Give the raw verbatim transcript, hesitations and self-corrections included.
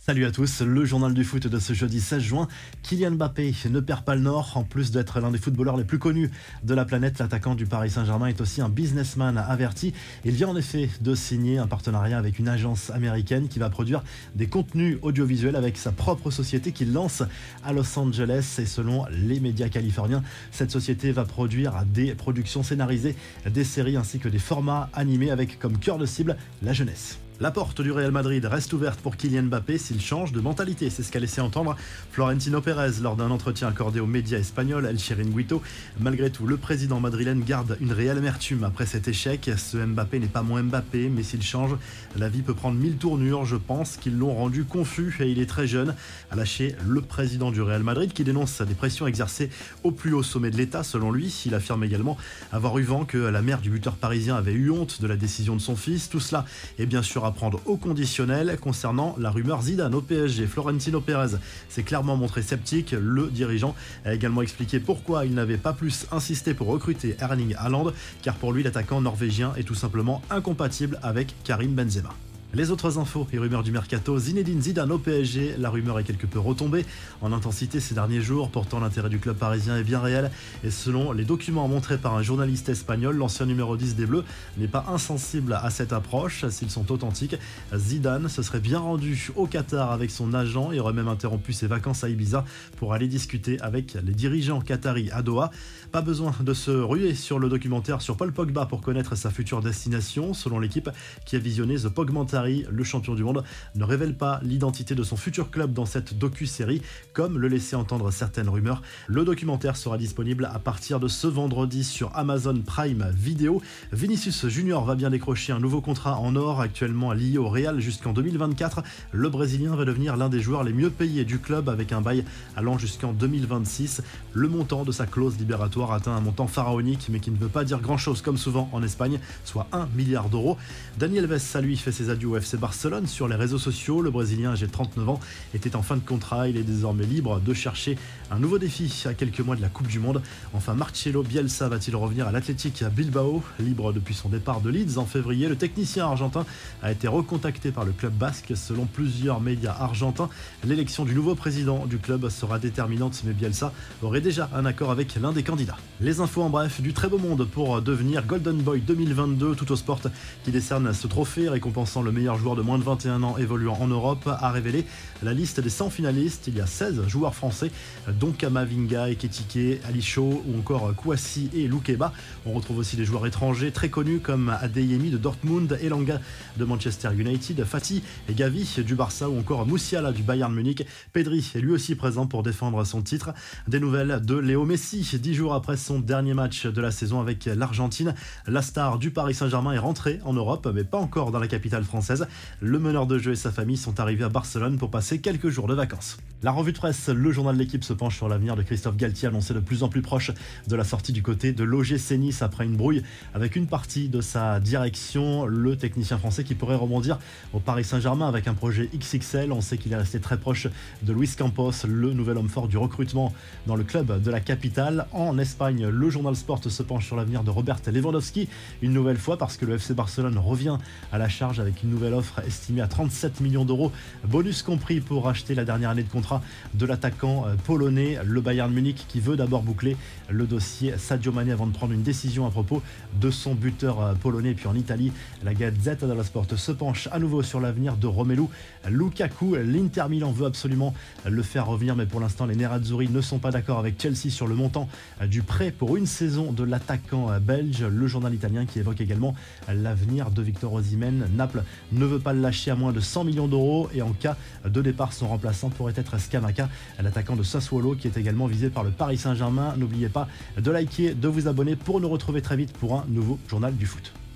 Salut à tous, le journal du foot de ce jeudi seize juin. Kylian Mbappé ne perd pas le nord. En plus d'être l'un des footballeurs les plus connus de la planète, l'attaquant du Paris Saint-Germain est aussi un businessman averti. Il vient en effet de signer un partenariat avec une agence américaine qui va produire des contenus audiovisuels avec sa propre société qu'il lance à Los Angeles. Et selon les médias californiens, cette société va produire des productions scénarisées, des séries ainsi que des formats animés avec comme cœur de cible la jeunesse. La porte du Real Madrid reste ouverte pour Kylian Mbappé s'il change de mentalité. C'est ce qu'a laissé entendre Florentino Pérez lors d'un entretien accordé aux médias espagnols El Chiringuito. Malgré tout, le président madrilène garde une réelle amertume après cet échec. Ce Mbappé n'est pas moins Mbappé, mais s'il change, la vie peut prendre mille tournures. Je pense qu'ils l'ont rendu confus et il est très jeune, a lâché le président du Real Madrid qui dénonce des pressions exercées au plus haut sommet de l'État. Selon lui, il affirme également avoir eu vent que la mère du buteur parisien avait eu honte de la décision de son fils. Tout cela est bien sûr à prendre au conditionnel. Concernant la rumeur Zidane au P S G, Florentino Pérez s'est clairement montré sceptique. Le dirigeant a également expliqué pourquoi il n'avait pas plus insisté pour recruter Erling Haaland, car pour lui l'attaquant norvégien est tout simplement incompatible avec Karim Benzema. Les autres infos et rumeurs du mercato, Zinedine Zidane au P S G, la rumeur est quelque peu retombée en intensité ces derniers jours, pourtant l'intérêt du club parisien est bien réel et selon les documents montrés par un journaliste espagnol, l'ancien numéro dix des Bleus n'est pas insensible à cette approche. S'ils sont authentiques, Zidane se serait bien rendu au Qatar avec son agent et aurait même interrompu ses vacances à Ibiza pour aller discuter avec les dirigeants qataris à Doha. Pas besoin de se ruer sur le documentaire sur Paul Pogba pour connaître sa future destination. Selon l'équipe qui a visionné The Pogmentary, le champion du monde ne révèle pas l'identité de son futur club dans cette docu-série, comme le laissaient entendre certaines rumeurs. Le documentaire sera disponible à partir de ce vendredi sur Amazon Prime Video. Vinicius Junior va bien décrocher un nouveau contrat en or, actuellement lié au Real jusqu'en deux mille vingt-quatre. Le Brésilien va devenir l'un des joueurs les mieux payés du club avec un bail allant jusqu'en deux mille vingt-six. Le montant de sa clause libératoire atteint un montant pharaonique, mais qui ne veut pas dire grand-chose comme souvent en Espagne, soit un milliard d'euros. Dani Alves, à lui, fait ses adieux au F C Barcelone sur les réseaux sociaux. Le Brésilien âgé de trente-neuf ans était en fin de contrat. Il est désormais libre de chercher un nouveau défi à quelques mois de la Coupe du Monde. Enfin, Marcelo Bielsa va-t-il revenir à l'Athletic Bilbao? Libre depuis son départ de Leeds en février, le technicien argentin a été recontacté par le club basque. Selon plusieurs médias argentins, l'élection du nouveau président du club sera déterminante, mais Bielsa aurait déjà un accord avec l'un des candidats. Les infos en bref, du très beau monde pour devenir Golden Boy deux mille vingt-deux. Tuttosport qui décerne ce trophée récompensant le meilleur joueur de moins de vingt et un ans évoluant en Europe a révélé la liste des cent finalistes. Il y a seize joueurs français, dont Kamavinga, Ekitike, Ali Shaw ou encore Kouassi et Loukeba. On retrouve aussi des joueurs étrangers très connus comme Adeyemi de Dortmund, Elanga de Manchester United, Fati et Gavi du Barça ou encore Musiala du Bayern Munich. Pedri est lui aussi présent pour défendre son titre. Des nouvelles de Léo Messi, dix jours après son dernier match de la saison avec l'Argentine. La star du Paris Saint-Germain est rentrée en Europe, mais pas encore dans la capitale française. Le meneur de jeu et sa famille sont arrivés à Barcelone pour passer quelques jours de vacances. La revue de presse, le journal de l'équipe se penche sur l'avenir de Christophe Galtier, annoncé de plus en plus proche de la sortie du côté de l'O G C Nice après une brouille avec une partie de sa direction. Le technicien français qui pourrait rebondir au Paris Saint-Germain avec un projet X X L. On sait qu'il est resté très proche de Luis Campos, le nouvel homme fort du recrutement dans le club de la capitale. En Espagne, le journal Sport se penche sur l'avenir de Robert Lewandowski, une nouvelle fois parce que le F C Barcelone revient à la charge avec une nouvelle offre estimée à trente-sept millions d'euros, bonus compris pour racheter la dernière année de contrat de l'attaquant polonais. Le Bayern Munich qui veut d'abord boucler le dossier Sadio Mané avant de prendre une décision à propos de son buteur polonais. Et puis en Italie, la Gazzetta dello Sport se penche à nouveau sur l'avenir de Romelu Lukaku. L'Inter Milan veut absolument le faire revenir, mais pour l'instant les Nerazzurri ne sont pas d'accord avec Chelsea sur le montant du prêt pour une saison de l'attaquant belge. Le journal italien qui évoque également l'avenir de Victor Osimhen. Naples ne veut pas le lâcher à moins de cent millions d'euros et en cas de départ, son remplaçant pourrait être Scamacca, l'attaquant de Sassuolo qui est également visé par le Paris Saint-Germain. N'oubliez pas de liker, de vous abonner pour nous retrouver très vite pour un nouveau journal du foot.